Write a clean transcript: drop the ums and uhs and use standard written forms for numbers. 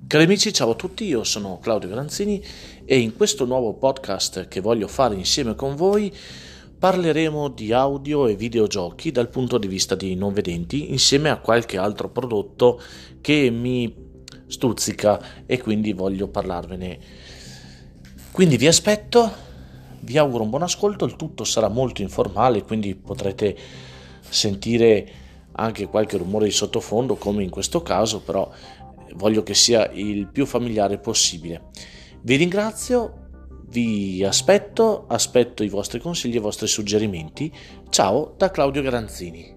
Cari amici, ciao a tutti, io sono Claudio Granzini e in questo nuovo podcast che voglio fare insieme con voi parleremo di audio e videogiochi dal punto di vista dei non vedenti insieme a qualche altro prodotto che mi stuzzica e quindi voglio parlarvene. Quindi vi aspetto, vi auguro un buon ascolto, il tutto sarà molto informale, quindi potrete sentire anche qualche rumore di sottofondo come in questo caso, però voglio che sia il più familiare possibile. Vi ringrazio, vi aspetto i vostri consigli e i vostri suggerimenti. Ciao da Claudio Granzini.